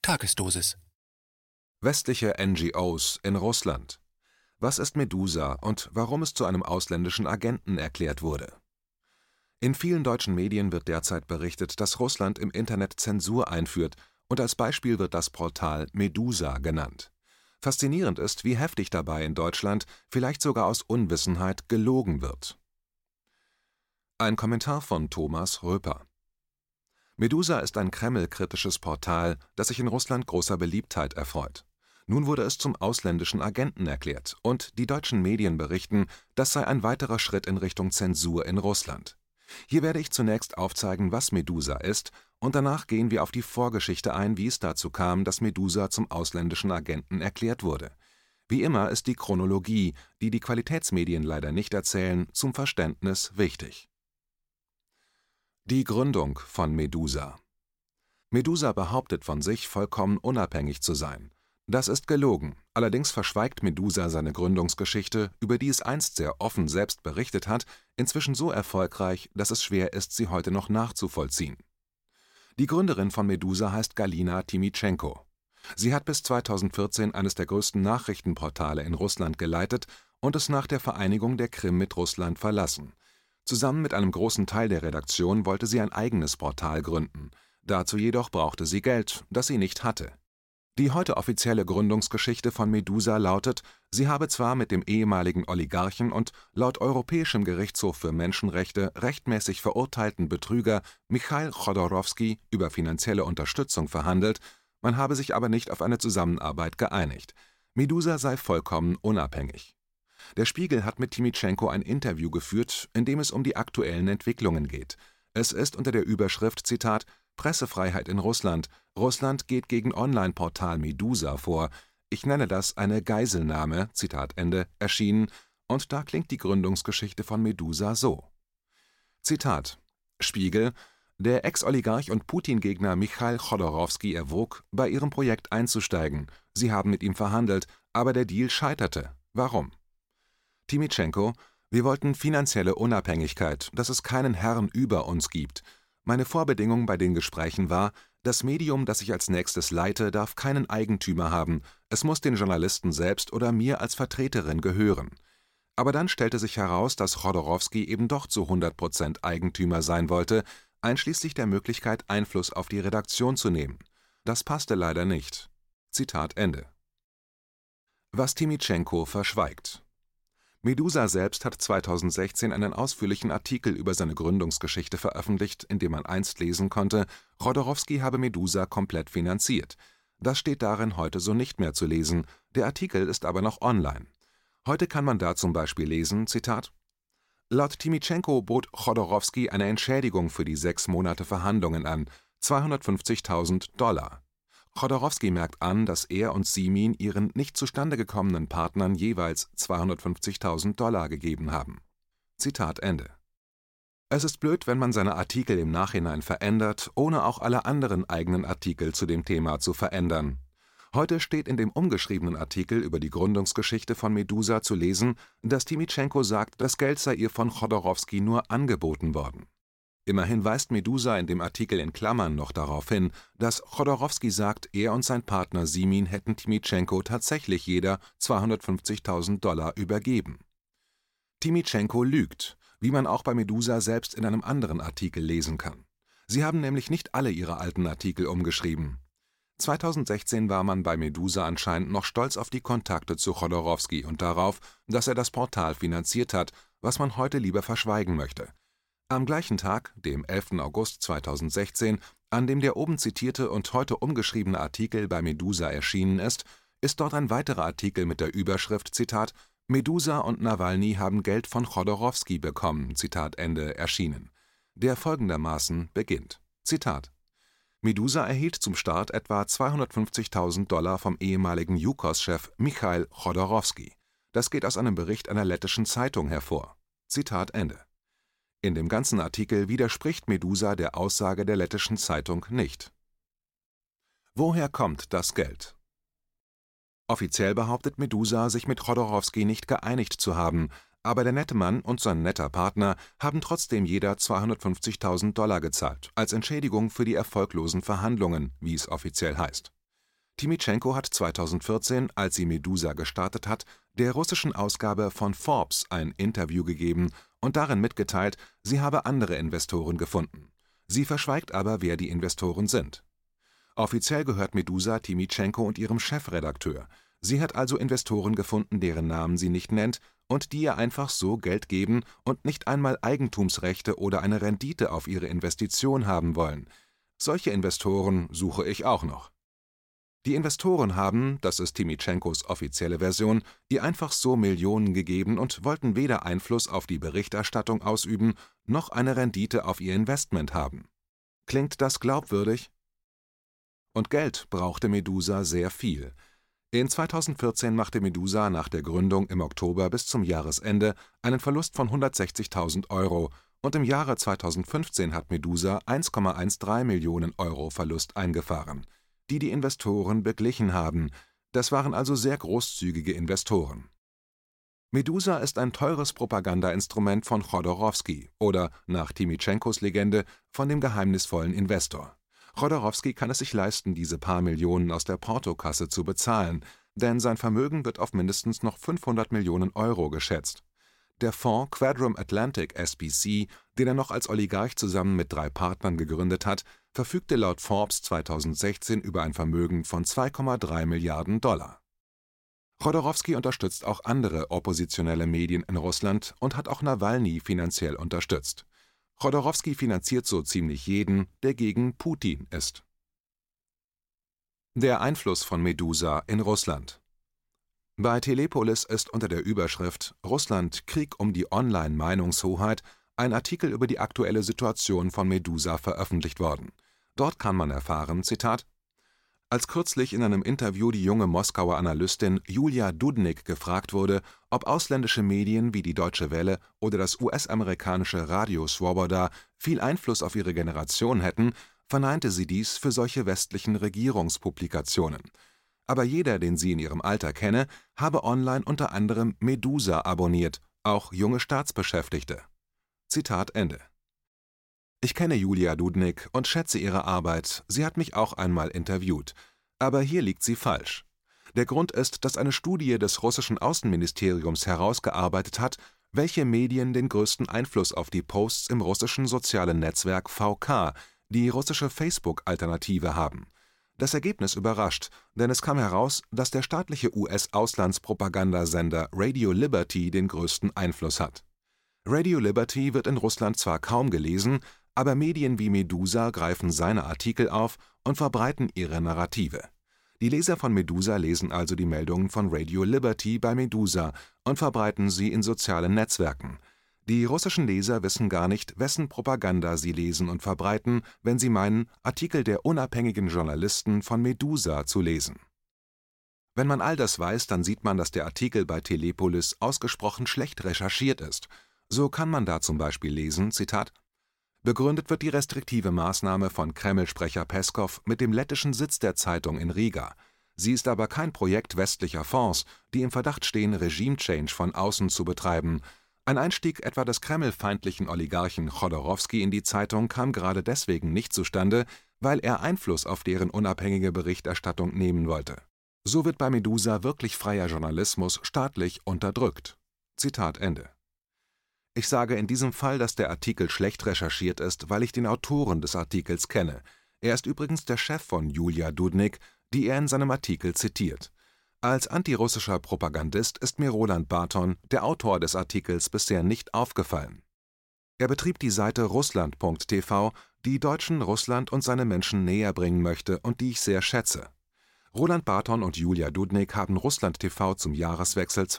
Tagesdosis. Westliche NGOs in Russland. Was ist Medusa und warum es zu einem ausländischen Agenten erklärt wurde? In vielen deutschen Medien wird derzeit berichtet, dass Russland im Internet Zensur einführt, und als Beispiel wird das Portal Medusa genannt. Faszinierend ist, wie heftig dabei in Deutschland, vielleicht sogar aus Unwissenheit, gelogen wird. Ein Kommentar von Thomas Röper. Medusa ist ein Kreml-kritisches Portal, das sich in Russland großer Beliebtheit erfreut. Nun wurde es zum ausländischen Agenten erklärt, und die deutschen Medien berichten, das sei ein weiterer Schritt in Richtung Zensur in Russland. Hier werde ich zunächst aufzeigen, was Medusa ist, und danach gehen wir auf die Vorgeschichte ein, wie es dazu kam, dass Medusa zum ausländischen Agenten erklärt wurde. Wie immer ist die Chronologie, die die Qualitätsmedien leider nicht erzählen, zum Verständnis wichtig. Die Gründung von Medusa. Medusa behauptet von sich, vollkommen unabhängig zu sein. Das ist gelogen, allerdings verschweigt Medusa seine Gründungsgeschichte, über die es einst sehr offen selbst berichtet hat, inzwischen so erfolgreich, dass es schwer ist, sie heute noch nachzuvollziehen. Die Gründerin von Medusa heißt Galina Timytschenko. Sie hat bis 2014 eines der größten Nachrichtenportale in Russland geleitet und es nach der Vereinigung der Krim mit Russland verlassen. Zusammen mit einem großen Teil der Redaktion wollte sie ein eigenes Portal gründen. Dazu jedoch brauchte sie Geld, das sie nicht hatte. Die heute offizielle Gründungsgeschichte von Medusa lautet, sie habe zwar mit dem ehemaligen Oligarchen und laut Europäischem Gerichtshof für Menschenrechte rechtmäßig verurteilten Betrüger Michail Chodorowski über finanzielle Unterstützung verhandelt, man habe sich aber nicht auf eine Zusammenarbeit geeinigt. Medusa sei vollkommen unabhängig. Der Spiegel hat mit Timytschenko ein Interview geführt, in dem es um die aktuellen Entwicklungen geht. Es ist unter der Überschrift, Zitat, Pressefreiheit in Russland. Russland geht gegen Online-Portal Medusa vor. Ich nenne das eine Geiselnahme, Zitat Ende, erschienen, und da klingt die Gründungsgeschichte von Medusa so. Zitat, Spiegel, der Ex-Oligarch und Putin-Gegner Michail Chodorowski erwog, bei ihrem Projekt einzusteigen. Sie haben mit ihm verhandelt, aber der Deal scheiterte. Warum? Timytschenko, wir wollten finanzielle Unabhängigkeit, dass es keinen Herrn über uns gibt. Meine Vorbedingung bei den Gesprächen war, das Medium, das ich als nächstes leite, darf keinen Eigentümer haben. Es muss den Journalisten selbst oder mir als Vertreterin gehören. Aber dann stellte sich heraus, dass Chodorowski eben doch zu 100% Eigentümer sein wollte, einschließlich der Möglichkeit, Einfluss auf die Redaktion zu nehmen. Das passte leider nicht. Zitat Ende. Was Timytschenko verschweigt. Medusa selbst hat 2016 einen ausführlichen Artikel über seine Gründungsgeschichte veröffentlicht, in dem man einst lesen konnte, Chodorowski habe Medusa komplett finanziert. Das steht darin heute so nicht mehr zu lesen, der Artikel ist aber noch online. Heute kann man da zum Beispiel lesen, Zitat, laut Timytschenko bot Chodorowski eine Entschädigung für die 6 Monate Verhandlungen an, $250.000. Chodorowski merkt an, dass er und Simin ihren nicht zustande gekommenen Partnern jeweils $250.000 gegeben haben. Zitat Ende. Es ist blöd, wenn man seine Artikel im Nachhinein verändert, ohne auch alle anderen eigenen Artikel zu dem Thema zu verändern. Heute steht in dem umgeschriebenen Artikel über die Gründungsgeschichte von Medusa zu lesen, dass Timytschenko sagt, das Geld sei ihr von Chodorowski nur angeboten worden. Immerhin weist Medusa in dem Artikel in Klammern noch darauf hin, dass Chodorowski sagt, er und sein Partner Simin hätten Timytschenko tatsächlich jeder $250.000 übergeben. Timytschenko lügt, wie man auch bei Medusa selbst in einem anderen Artikel lesen kann. Sie haben nämlich nicht alle ihre alten Artikel umgeschrieben. 2016 war man bei Medusa anscheinend noch stolz auf die Kontakte zu Chodorowski und darauf, dass er das Portal finanziert hat, was man heute lieber verschweigen möchte. Am gleichen Tag, dem 11. August 2016, an dem der oben zitierte und heute umgeschriebene Artikel bei Medusa erschienen ist dort ein weiterer Artikel mit der Überschrift, Zitat, Medusa und Nawalny haben Geld von Chodorowski bekommen, Zitat Ende, erschienen, der folgendermaßen beginnt, Zitat, Medusa erhielt zum Start etwa $250.000 vom ehemaligen Yukos-Chef Michail Chodorowski. Das geht aus einem Bericht einer lettischen Zeitung hervor. Zitat Ende. In dem ganzen Artikel widerspricht Medusa der Aussage der lettischen Zeitung nicht. Woher kommt das Geld? Offiziell behauptet Medusa, sich mit Chodorowski nicht geeinigt zu haben, aber der nette Mann und sein netter Partner haben trotzdem jeder $250.000 gezahlt, als Entschädigung für die erfolglosen Verhandlungen, wie es offiziell heißt. Timyschenko hat 2014, als sie Medusa gestartet hat, der russischen Ausgabe von Forbes ein Interview gegeben und darin mitgeteilt, sie habe andere Investoren gefunden. Sie verschweigt aber, wer die Investoren sind. Offiziell gehört Medusa Timyschenko und ihrem Chefredakteur. Sie hat also Investoren gefunden, deren Namen sie nicht nennt und die ihr einfach so Geld geben und nicht einmal Eigentumsrechte oder eine Rendite auf ihre Investition haben wollen. Solche Investoren suche ich auch noch. Die Investoren haben, das ist Timyschenkos offizielle Version, ihr einfach so Millionen gegeben und wollten weder Einfluss auf die Berichterstattung ausüben, noch eine Rendite auf ihr Investment haben. Klingt das glaubwürdig? Und Geld brauchte Medusa sehr viel. In 2014 machte Medusa nach der Gründung im Oktober bis zum Jahresende einen Verlust von 160.000 € und im Jahre 2015 hat Medusa 1,13 Millionen € Verlust eingefahren, die die Investoren beglichen haben. Das waren also sehr großzügige Investoren. Medusa ist ein teures Propagandainstrument von Chodorowski oder, nach Timyschenkos Legende, von dem geheimnisvollen Investor. Chodorowski kann es sich leisten, diese paar Millionen aus der Portokasse zu bezahlen, denn sein Vermögen wird auf mindestens noch 500 Millionen € geschätzt. Der Fonds Quadrum Atlantic SPC, den er noch als Oligarch zusammen mit 3 Partnern gegründet hat, verfügte laut Forbes 2016 über ein Vermögen von 2,3 Milliarden $. Chodorowski unterstützt auch andere oppositionelle Medien in Russland und hat auch Nawalny finanziell unterstützt. Chodorowski finanziert so ziemlich jeden, der gegen Putin ist. Der Einfluss von Medusa in Russland. Bei Telepolis ist unter der Überschrift »Russland – Krieg um die Online-Meinungshoheit« ein Artikel über die aktuelle Situation von Medusa veröffentlicht worden. Dort kann man erfahren, Zitat: Als kürzlich in einem Interview die junge Moskauer Analystin Julia Dudnik gefragt wurde, ob ausländische Medien wie die Deutsche Welle oder das US-amerikanische Radio Swoboda viel Einfluss auf ihre Generation hätten, verneinte sie dies für solche westlichen Regierungspublikationen. Aber jeder, den sie in ihrem Alter kenne, habe online unter anderem Medusa abonniert, auch junge Staatsbeschäftigte. Zitat Ende. Ich kenne Julia Dudnik und schätze ihre Arbeit, sie hat mich auch einmal interviewt. Aber hier liegt sie falsch. Der Grund ist, dass eine Studie des russischen Außenministeriums herausgearbeitet hat, welche Medien den größten Einfluss auf die Posts im russischen sozialen Netzwerk VK, die russische Facebook-Alternative, haben. Das Ergebnis überrascht, denn es kam heraus, dass der staatliche US-Auslandspropagandasender Radio Liberty den größten Einfluss hat. Radio Liberty wird in Russland zwar kaum gelesen, aber Medien wie Medusa greifen seine Artikel auf und verbreiten ihre Narrative. Die Leser von Medusa lesen also die Meldungen von Radio Liberty bei Medusa und verbreiten sie in sozialen Netzwerken. Die russischen Leser wissen gar nicht, wessen Propaganda sie lesen und verbreiten, wenn sie meinen, Artikel der unabhängigen Journalisten von Medusa zu lesen. Wenn man all das weiß, dann sieht man, dass der Artikel bei Telepolis ausgesprochen schlecht recherchiert ist. So kann man da zum Beispiel lesen, Zitat: Begründet wird die restriktive Maßnahme von Kreml-Sprecher Peskow mit dem lettischen Sitz der Zeitung in Riga. Sie ist aber kein Projekt westlicher Fonds, die im Verdacht stehen, Regime-Change von außen zu betreiben. Ein Einstieg etwa des kremlfeindlichen Oligarchen Chodorowski in die Zeitung kam gerade deswegen nicht zustande, weil er Einfluss auf deren unabhängige Berichterstattung nehmen wollte. So wird bei Medusa wirklich freier Journalismus staatlich unterdrückt. Zitat Ende. Ich sage in diesem Fall, dass der Artikel schlecht recherchiert ist, weil ich den Autoren des Artikels kenne. Er ist übrigens der Chef von Julia Dudnik, die er in seinem Artikel zitiert. Als antirussischer Propagandist ist mir Roland Barton, der Autor des Artikels, bisher nicht aufgefallen. Er betrieb die Seite russland.tv, die Deutschen Russland und seine Menschen näher bringen möchte und die ich sehr schätze. Roland Barton und Julia Dudnik haben Russland.tv zum Jahreswechsel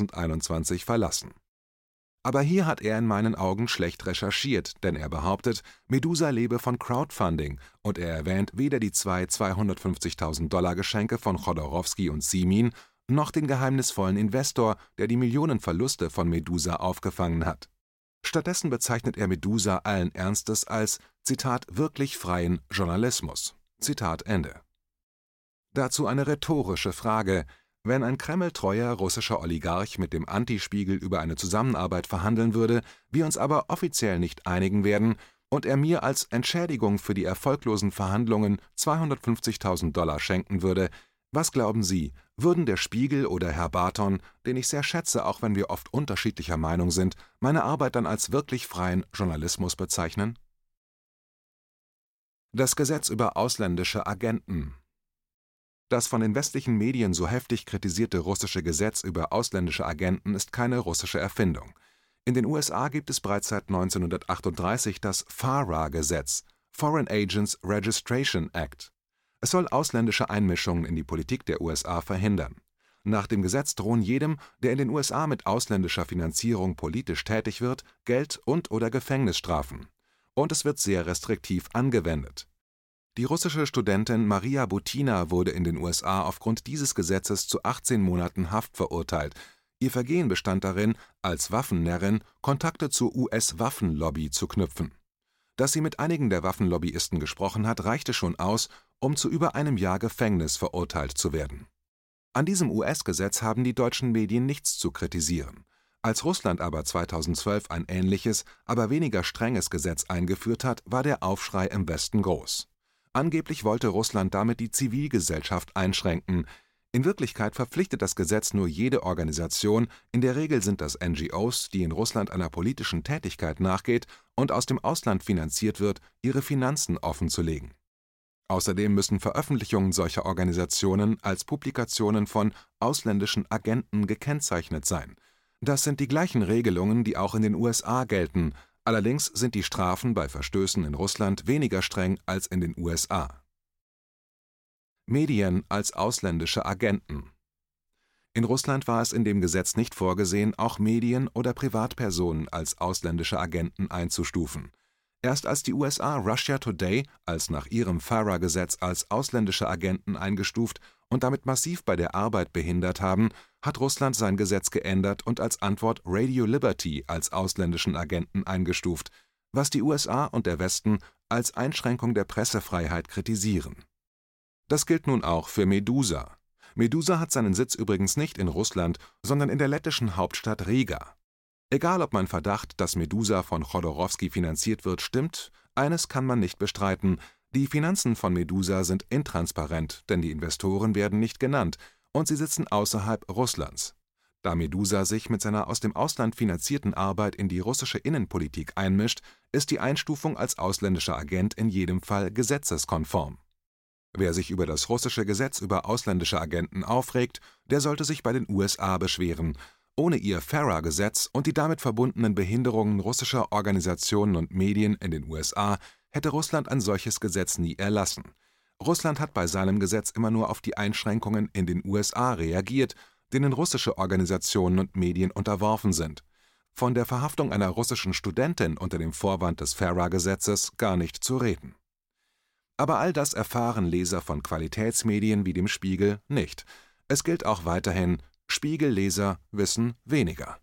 2021 verlassen. Aber hier hat er in meinen Augen schlecht recherchiert, denn er behauptet, Medusa lebe von Crowdfunding und er erwähnt weder die 250.000 $ Geschenke von Chodorowski und Simin, noch den geheimnisvollen Investor, der die Millionen Verluste von Medusa aufgefangen hat. Stattdessen bezeichnet er Medusa allen Ernstes als, Zitat, wirklich freien Journalismus. Zitat Ende. Dazu eine rhetorische Frage: Wenn ein kremltreuer russischer Oligarch mit dem Antispiegel über eine Zusammenarbeit verhandeln würde, wir uns aber offiziell nicht einigen werden und er mir als Entschädigung für die erfolglosen Verhandlungen 250.000 $ schenken würde, Was glauben Sie, würden der Spiegel oder Herr Barton, den ich sehr schätze, auch wenn wir oft unterschiedlicher Meinung sind, meine Arbeit dann als wirklich freien Journalismus bezeichnen? Das Gesetz über ausländische Agenten. Das von den westlichen Medien so heftig kritisierte russische Gesetz über ausländische Agenten ist keine russische Erfindung. In den USA gibt es bereits seit 1938 das FARA-Gesetz (Foreign Agents Registration Act). Es soll ausländische Einmischungen in die Politik der USA verhindern. Nach dem Gesetz drohen jedem, der in den USA mit ausländischer Finanzierung politisch tätig wird, Geld und/oder Gefängnisstrafen. Und es wird sehr restriktiv angewendet. Die russische Studentin Maria Butina wurde in den USA aufgrund dieses Gesetzes zu 18 Monaten Haft verurteilt. Ihr Vergehen bestand darin, als Waffennärrin Kontakte zur US-Waffenlobby zu knüpfen. Dass sie mit einigen der Waffenlobbyisten gesprochen hat, reichte schon aus, um zu über einem Jahr Gefängnis verurteilt zu werden. An diesem US-Gesetz haben die deutschen Medien nichts zu kritisieren. Als Russland aber 2012 ein ähnliches, aber weniger strenges Gesetz eingeführt hat, war der Aufschrei im Westen groß. Angeblich wollte Russland damit die Zivilgesellschaft einschränken. In Wirklichkeit verpflichtet das Gesetz nur jede Organisation, in der Regel sind das NGOs, die in Russland einer politischen Tätigkeit nachgeht und aus dem Ausland finanziert wird, ihre Finanzen offenzulegen. Außerdem müssen Veröffentlichungen solcher Organisationen als Publikationen von ausländischen Agenten gekennzeichnet sein. Das sind die gleichen Regelungen, die auch in den USA gelten. Allerdings sind die Strafen bei Verstößen in Russland weniger streng als in den USA. Medien als ausländische Agenten. In Russland war es in dem Gesetz nicht vorgesehen, auch Medien oder Privatpersonen als ausländische Agenten einzustufen. Erst als die USA Russia Today als nach ihrem FARA-Gesetz als ausländische Agenten eingestuft und damit massiv bei der Arbeit behindert haben, hat Russland sein Gesetz geändert und als Antwort Radio Liberty als ausländischen Agenten eingestuft, was die USA und der Westen als Einschränkung der Pressefreiheit kritisieren. Das gilt nun auch für Meduza. Meduza hat seinen Sitz übrigens nicht in Russland, sondern in der lettischen Hauptstadt Riga. Egal ob mein Verdacht, dass Meduza von Chodorowski finanziert wird, stimmt, eines kann man nicht bestreiten: Die Finanzen von Meduza sind intransparent, denn die Investoren werden nicht genannt und sie sitzen außerhalb Russlands. Da Meduza sich mit seiner aus dem Ausland finanzierten Arbeit in die russische Innenpolitik einmischt, ist die Einstufung als ausländischer Agent in jedem Fall gesetzeskonform. Wer sich über das russische Gesetz über ausländische Agenten aufregt, der sollte sich bei den USA beschweren. Ohne ihr FARA-Gesetz und die damit verbundenen Behinderungen russischer Organisationen und Medien in den USA hätte Russland ein solches Gesetz nie erlassen. Russland hat bei seinem Gesetz immer nur auf die Einschränkungen in den USA reagiert, denen russische Organisationen und Medien unterworfen sind. Von der Verhaftung einer russischen Studentin unter dem Vorwand des FARA-Gesetzes gar nicht zu reden. Aber all das erfahren Leser von Qualitätsmedien wie dem Spiegel nicht. Es gilt auch weiterhin: Spiegelleser wissen weniger.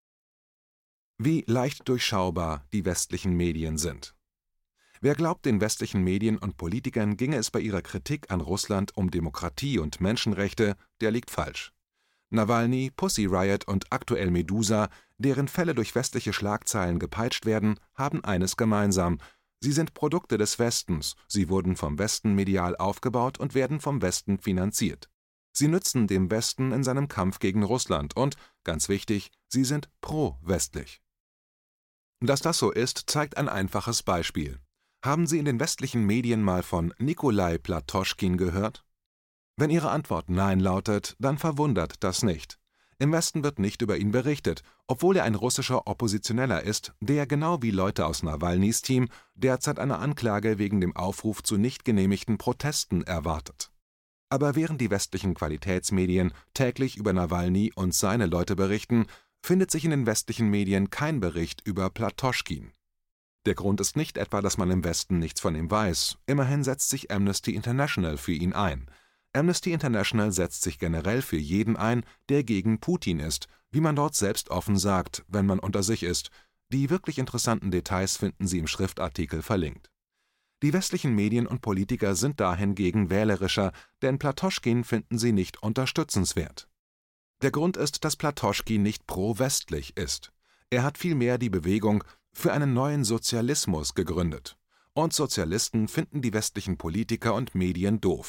Wie leicht durchschaubar die westlichen Medien sind. Wer glaubt, den westlichen Medien und Politikern ginge es bei ihrer Kritik an Russland um Demokratie und Menschenrechte, der liegt falsch. Nawalny, Pussy Riot und aktuell Meduza, deren Fälle durch westliche Schlagzeilen gepeitscht werden, haben eines gemeinsam: Sie sind Produkte des Westens, sie wurden vom Westen medial aufgebaut und werden vom Westen finanziert. Sie nützen dem Westen in seinem Kampf gegen Russland und, ganz wichtig, sie sind pro-westlich. Dass das so ist, zeigt ein einfaches Beispiel. Haben Sie in den westlichen Medien mal von Nikolai Platoschkin gehört? Wenn Ihre Antwort Nein lautet, dann verwundert das nicht. Im Westen wird nicht über ihn berichtet, obwohl er ein russischer Oppositioneller ist, der genau wie Leute aus Nawalnys Team derzeit eine Anklage wegen dem Aufruf zu nicht genehmigten Protesten erwartet. Aber während die westlichen Qualitätsmedien täglich über Nawalny und seine Leute berichten, findet sich in den westlichen Medien kein Bericht über Platoschkin. Der Grund ist nicht etwa, dass man im Westen nichts von ihm weiß. Immerhin setzt sich Amnesty International für ihn ein. Amnesty International setzt sich generell für jeden ein, der gegen Putin ist, wie man dort selbst offen sagt, wenn man unter sich ist. Die wirklich interessanten Details finden Sie im Schriftartikel verlinkt. Die westlichen Medien und Politiker sind dahingegen wählerischer, denn Platoschkin finden sie nicht unterstützenswert. Der Grund ist, dass Platoschkin nicht pro-westlich ist. Er hat vielmehr die Bewegung für einen neuen Sozialismus gegründet. Und Sozialisten finden die westlichen Politiker und Medien doof.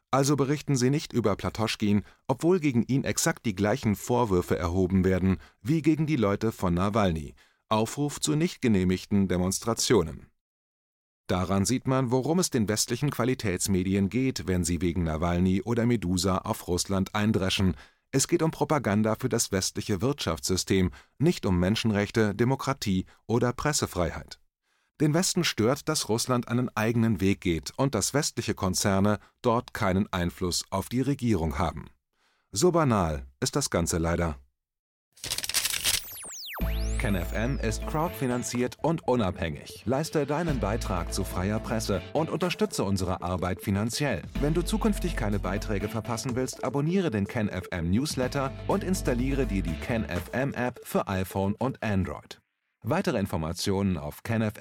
Also berichten Sie nicht über Platoschkin, obwohl gegen ihn exakt die gleichen Vorwürfe erhoben werden wie gegen die Leute von Nawalny. Aufruf zu nicht genehmigten Demonstrationen. Daran sieht man, worum es den westlichen Qualitätsmedien geht, wenn sie wegen Nawalny oder Medusa auf Russland eindreschen. Es geht um Propaganda für das westliche Wirtschaftssystem, nicht um Menschenrechte, Demokratie oder Pressefreiheit. Den Westen stört, dass Russland einen eigenen Weg geht und dass westliche Konzerne dort keinen Einfluss auf die Regierung haben. So banal ist das Ganze leider. KenFM ist crowdfinanziert und unabhängig. Leiste deinen Beitrag zu freier Presse und unterstütze unsere Arbeit finanziell. Wenn du zukünftig keine Beiträge verpassen willst, abonniere den KenFM Newsletter und installiere dir die KenFM App für iPhone und Android. Weitere Informationen auf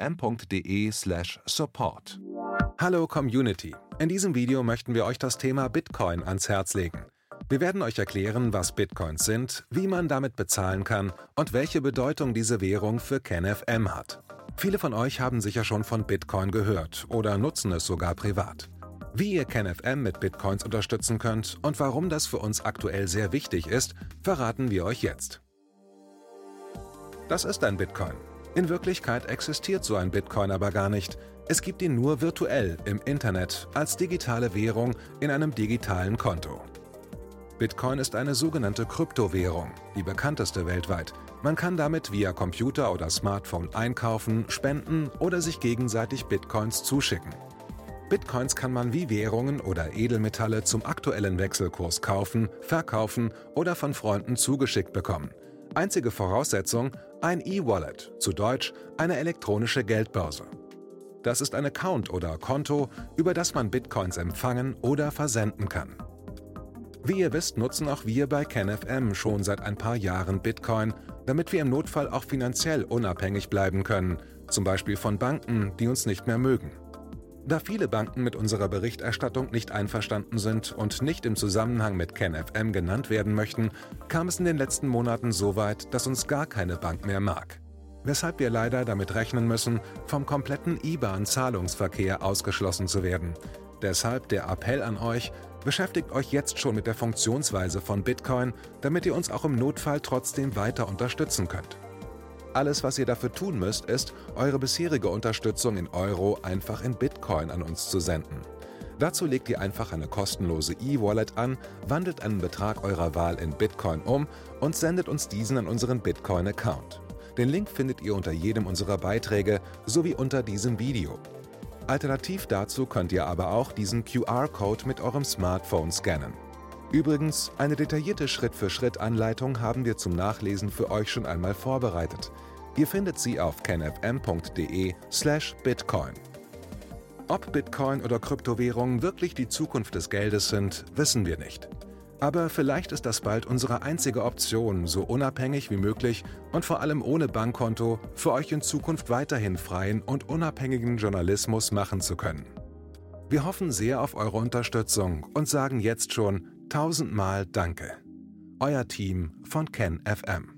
kenfm.de/support. Hallo Community! In diesem Video möchten wir euch das Thema Bitcoin ans Herz legen. Wir werden euch erklären, was Bitcoins sind, wie man damit bezahlen kann und welche Bedeutung diese Währung für KenFM hat. Viele von euch haben sicher schon von Bitcoin gehört oder nutzen es sogar privat. Wie ihr KenFM mit Bitcoins unterstützen könnt und warum das für uns aktuell sehr wichtig ist, verraten wir euch jetzt. Das ist ein Bitcoin. In Wirklichkeit existiert so ein Bitcoin aber gar nicht. Es gibt ihn nur virtuell im Internet als digitale Währung in einem digitalen Konto. Bitcoin ist eine sogenannte Kryptowährung, die bekannteste weltweit. Man kann damit via Computer oder Smartphone einkaufen, spenden oder sich gegenseitig Bitcoins zuschicken. Bitcoins kann man wie Währungen oder Edelmetalle zum aktuellen Wechselkurs kaufen, verkaufen oder von Freunden zugeschickt bekommen. Einzige Voraussetzung: ein E-Wallet, zu Deutsch eine elektronische Geldbörse. Das ist ein Account oder Konto, über das man Bitcoins empfangen oder versenden kann. Wie ihr wisst, nutzen auch wir bei KenFM schon seit ein paar Jahren Bitcoin, damit wir im Notfall auch finanziell unabhängig bleiben können, zum Beispiel von Banken, die uns nicht mehr mögen. Da viele Banken mit unserer Berichterstattung nicht einverstanden sind und nicht im Zusammenhang mit KenFM genannt werden möchten, kam es in den letzten Monaten so weit, dass uns gar keine Bank mehr mag. Weshalb wir leider damit rechnen müssen, vom kompletten IBAN-Zahlungsverkehr ausgeschlossen zu werden. Deshalb der Appell an euch: Beschäftigt euch jetzt schon mit der Funktionsweise von Bitcoin, damit ihr uns auch im Notfall trotzdem weiter unterstützen könnt. Alles, was ihr dafür tun müsst, ist, eure bisherige Unterstützung in Euro einfach in Bitcoin an uns zu senden. Dazu legt ihr einfach eine kostenlose E-Wallet an, wandelt einen Betrag eurer Wahl in Bitcoin um und sendet uns diesen an unseren Bitcoin-Account. Den Link findet ihr unter jedem unserer Beiträge sowie unter diesem Video. Alternativ dazu könnt ihr aber auch diesen QR-Code mit eurem Smartphone scannen. Übrigens, eine detaillierte Schritt-für-Schritt-Anleitung haben wir zum Nachlesen für euch schon einmal vorbereitet. Ihr findet sie auf kenfm.de/bitcoin. Ob Bitcoin oder Kryptowährungen wirklich die Zukunft des Geldes sind, wissen wir nicht. Aber vielleicht ist das bald unsere einzige Option, so unabhängig wie möglich und vor allem ohne Bankkonto für euch in Zukunft weiterhin freien und unabhängigen Journalismus machen zu können. Wir hoffen sehr auf eure Unterstützung und sagen jetzt schon 1000-mal Danke. Euer Team von KenFM.